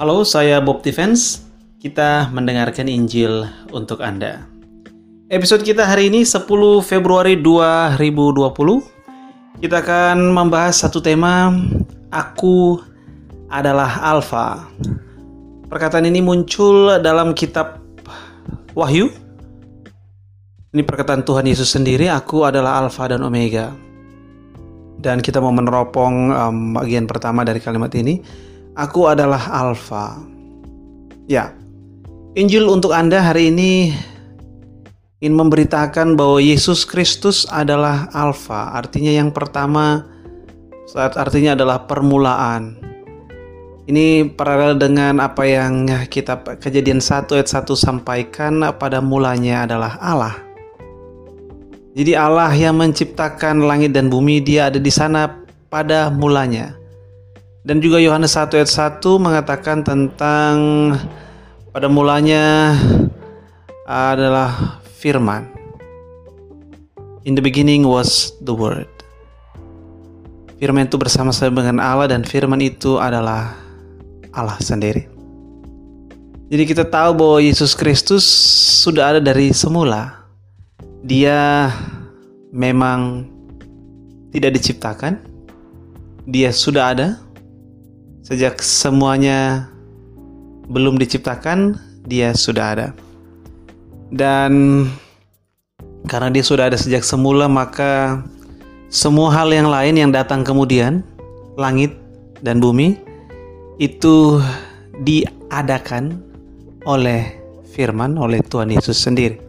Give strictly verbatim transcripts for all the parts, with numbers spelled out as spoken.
Halo, saya Bob Defense. Kita mendengarkan Injil untuk Anda. Episode kita hari ini sepuluh Februari dua ribu dua puluh. Kita akan membahas satu tema, Aku adalah Alfa. Perkataan ini muncul dalam kitab Wahyu. Ini perkataan Tuhan Yesus sendiri, Aku adalah Alfa dan Omega. Dan kita mau meneropong um, bagian pertama dari kalimat ini, Aku adalah Alfa. Ya, Injil untuk Anda hari ini ingin memberitakan bahwa Yesus Kristus adalah Alfa. Artinya yang pertama, saat artinya adalah permulaan. Ini paralel dengan apa yang kita Kejadian satu ayat satu sampaikan, pada mulanya adalah Allah. Jadi Allah yang menciptakan langit dan bumi, Dia ada di sana pada mulanya. Dan juga Yohanes satu ayat satu mengatakan tentang pada mulanya adalah firman. In the beginning was the word. Firman itu bersama-sama dengan Allah, dan firman itu adalah Allah sendiri. Jadi kita tahu bahwa Yesus Kristus sudah ada dari semula. Dia memang tidak diciptakan. Dia sudah ada sejak semuanya belum diciptakan, Dia sudah ada. Dan karena Dia sudah ada sejak semula, maka semua hal yang lain yang datang kemudian, langit dan bumi, itu diadakan oleh firman, oleh Tuhan Yesus sendiri.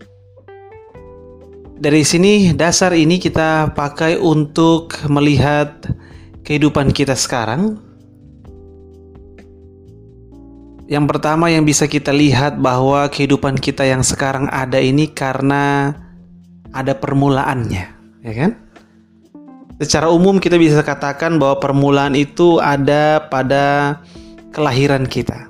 Dari sini, dasar ini kita pakai untuk melihat kehidupan kita sekarang. Yang pertama yang bisa kita lihat bahwa kehidupan kita yang sekarang ada ini karena ada permulaannya, ya kan? Secara umum kita bisa katakan bahwa permulaan itu ada pada kelahiran kita.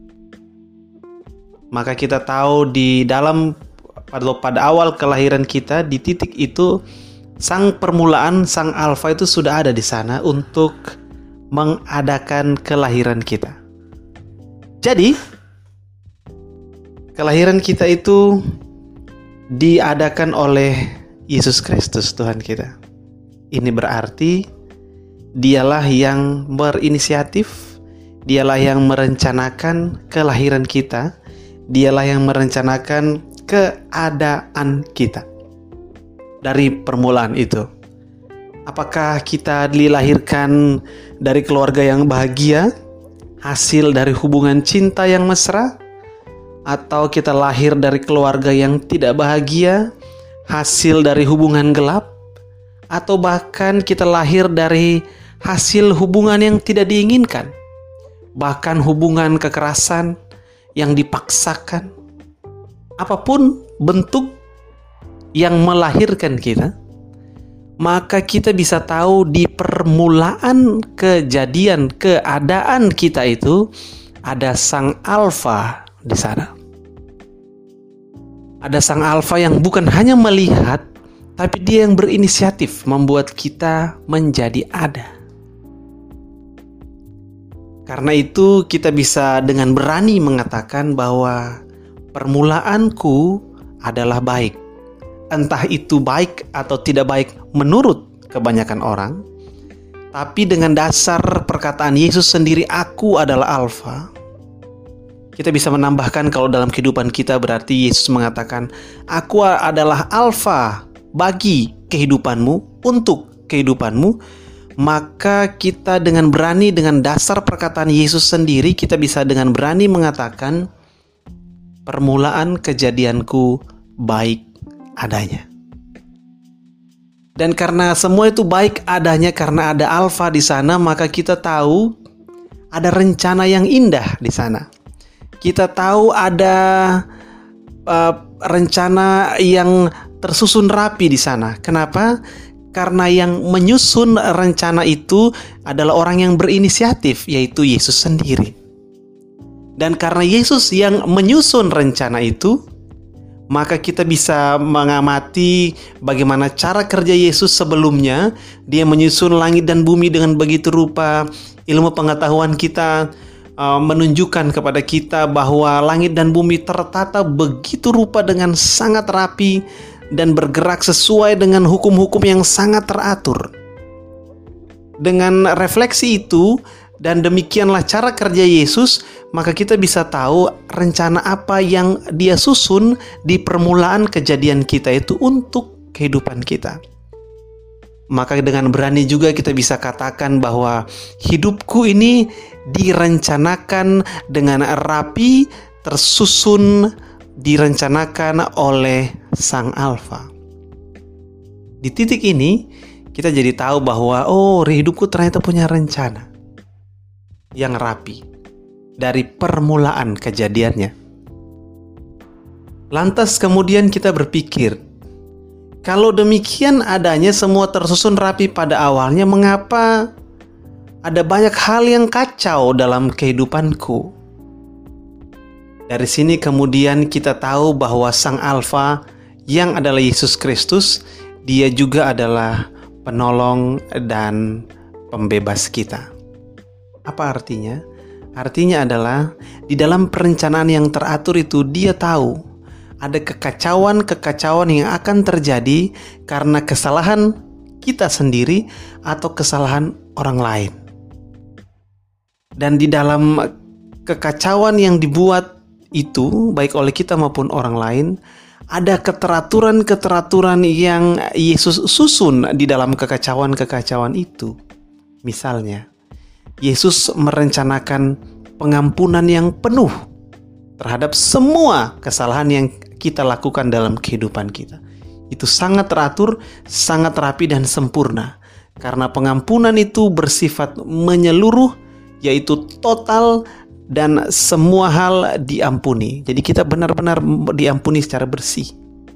Maka kita tahu di dalam pada, pada awal kelahiran kita, di titik itu sang permulaan, sang Alfa itu sudah ada di sana untuk mengadakan kelahiran kita. Jadi, kelahiran kita itu diadakan oleh Yesus Kristus, Tuhan kita. Ini berarti Dialah yang berinisiatif, Dialah yang merencanakan kelahiran kita, Dialah yang merencanakan keadaan kita. Dari permulaan itu, apakah kita dilahirkan dari keluarga yang bahagia, hasil dari hubungan cinta yang mesra, atau kita lahir dari keluarga yang tidak bahagia, hasil dari hubungan gelap, atau bahkan kita lahir dari hasil hubungan yang tidak diinginkan, bahkan hubungan kekerasan yang dipaksakan. Apapun bentuk yang melahirkan kita, maka kita bisa tahu di permulaan kejadian keadaan kita itu ada sang Alfa di sana. Ada sang Alfa yang bukan hanya melihat, tapi Dia yang berinisiatif membuat kita menjadi ada. Karena itu kita bisa dengan berani mengatakan bahwa permulaanku adalah baik. Entah itu baik atau tidak baik menurut kebanyakan orang, tapi dengan dasar perkataan Yesus sendiri, Aku adalah Alfa, kita bisa menambahkan kalau dalam kehidupan kita berarti Yesus mengatakan, Aku adalah Alfa bagi kehidupanmu, untuk kehidupanmu. Maka kita dengan berani, dengan dasar perkataan Yesus sendiri, kita bisa dengan berani mengatakan, permulaan kejadianku baik adanya. Dan karena semua itu baik adanya, karena ada Alfa di sana, maka kita tahu ada rencana yang indah di sana. Kita tahu ada uh, rencana yang tersusun rapi di sana. Kenapa? Karena yang menyusun rencana itu adalah orang yang berinisiatif, yaitu Yesus sendiri. Dan karena Yesus yang menyusun rencana itu, maka kita bisa mengamati bagaimana cara kerja Yesus sebelumnya. Dia menyusun langit dan bumi dengan begitu rupa. Ilmu pengetahuan kita uh, menunjukkan kepada kita bahwa langit dan bumi tertata begitu rupa dengan sangat rapi dan bergerak sesuai dengan hukum-hukum yang sangat teratur. Dengan refleksi itu dan demikianlah cara kerja Yesus, maka kita bisa tahu rencana apa yang Dia susun di permulaan kejadian kita itu untuk kehidupan kita. Maka dengan berani juga kita bisa katakan bahwa hidupku ini direncanakan dengan rapi, tersusun, direncanakan oleh Sang Alfa. Di titik ini kita jadi tahu bahwa oh, hidupku ternyata punya rencana yang rapi dari permulaan kejadiannya. Lantas kemudian kita berpikir, kalau demikian adanya semua tersusun rapi pada awalnya, mengapa ada banyak hal yang kacau dalam kehidupanku? Dari sini kemudian kita tahu bahwa Sang Alfa yang adalah Yesus Kristus, Dia juga adalah penolong dan pembebas kita. Apa artinya? Artinya adalah di dalam perencanaan yang teratur itu Dia tahu ada kekacauan-kekacauan yang akan terjadi karena kesalahan kita sendiri atau kesalahan orang lain. Dan di dalam kekacauan yang dibuat itu, baik oleh kita maupun orang lain, ada keteraturan-keteraturan yang Yesus susun di dalam kekacauan-kekacauan itu. Misalnya, Yesus merencanakan pengampunan yang penuh terhadap semua kesalahan yang kita lakukan dalam kehidupan kita. Itu sangat teratur, sangat rapi dan sempurna. Karena pengampunan itu bersifat menyeluruh, yaitu total dan semua hal diampuni. Jadi kita benar-benar diampuni secara bersih.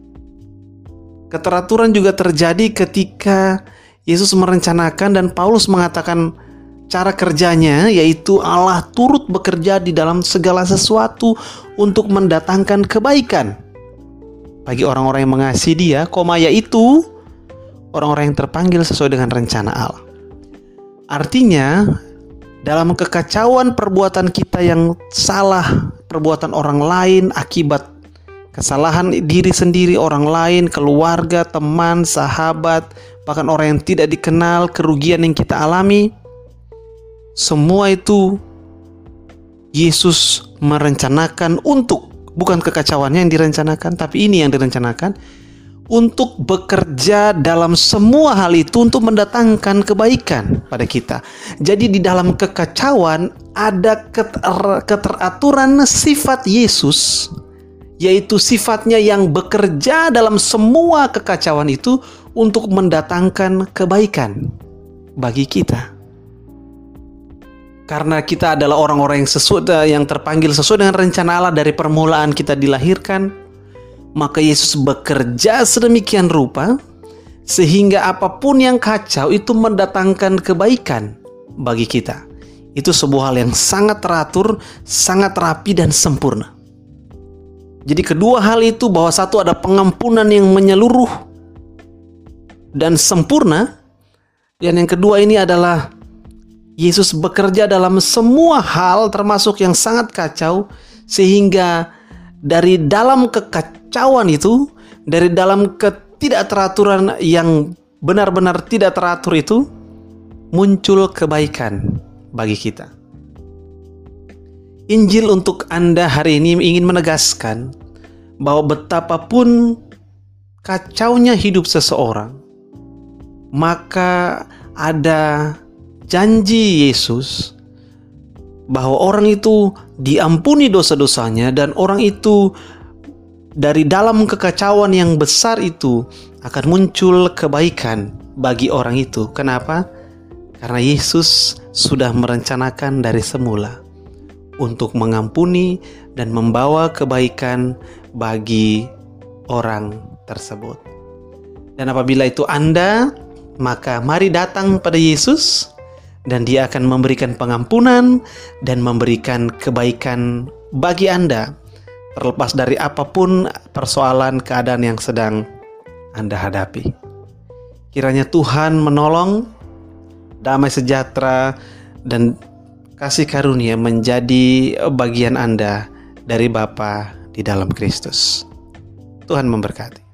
Keteraturan juga terjadi ketika Yesus merencanakan dan Paulus mengatakan cara kerjanya, yaitu Allah turut bekerja di dalam segala sesuatu untuk mendatangkan kebaikan bagi orang-orang yang mengasihi Dia, koma yaitu orang-orang yang terpanggil sesuai dengan rencana Allah. Artinya, dalam kekacauan perbuatan kita yang salah, perbuatan orang lain akibat kesalahan diri sendiri, orang lain, keluarga, teman, sahabat, bahkan orang yang tidak dikenal, kerugian yang kita alami, semua itu Yesus merencanakan untuk, bukan kekacauannya yang direncanakan, tapi ini yang direncanakan untuk bekerja dalam semua hal itu untuk mendatangkan kebaikan pada kita. Jadi di dalam kekacauan ada keter- keteraturan sifat Yesus, yaitu sifatnya yang bekerja dalam semua kekacauan itu untuk mendatangkan kebaikan bagi kita. Karena kita adalah orang-orang yang sesuai, yang terpanggil sesuai dengan rencana Allah dari permulaan kita dilahirkan, maka Yesus bekerja sedemikian rupa sehingga apapun yang kacau itu mendatangkan kebaikan bagi kita. Itu sebuah hal yang sangat teratur, sangat rapi dan sempurna. Jadi kedua hal itu, bahwa satu ada pengampunan yang menyeluruh dan sempurna, dan yang kedua ini adalah Yesus bekerja dalam semua hal termasuk yang sangat kacau, sehingga dari dalam kekacauan itu, dari dalam ketidakteraturan yang benar-benar tidak teratur itu, muncul kebaikan bagi kita. Injil untuk Anda hari ini ingin menegaskan bahwa betapapun kacaunya hidup seseorang, maka ada janji Yesus bahwa orang itu diampuni dosa-dosanya, dan orang itu dari dalam kekacauan yang besar itu akan muncul kebaikan bagi orang itu. Kenapa? Karena Yesus sudah merencanakan dari semula untuk mengampuni dan membawa kebaikan bagi orang tersebut. Dan apabila itu Anda, maka mari datang pada Yesus, dan Dia akan memberikan pengampunan dan memberikan kebaikan bagi Anda, terlepas dari apapun persoalan keadaan yang sedang Anda hadapi. Kiranya Tuhan menolong, damai sejahtera dan kasih karunia menjadi bagian Anda dari Bapa di dalam Kristus. Tuhan memberkati.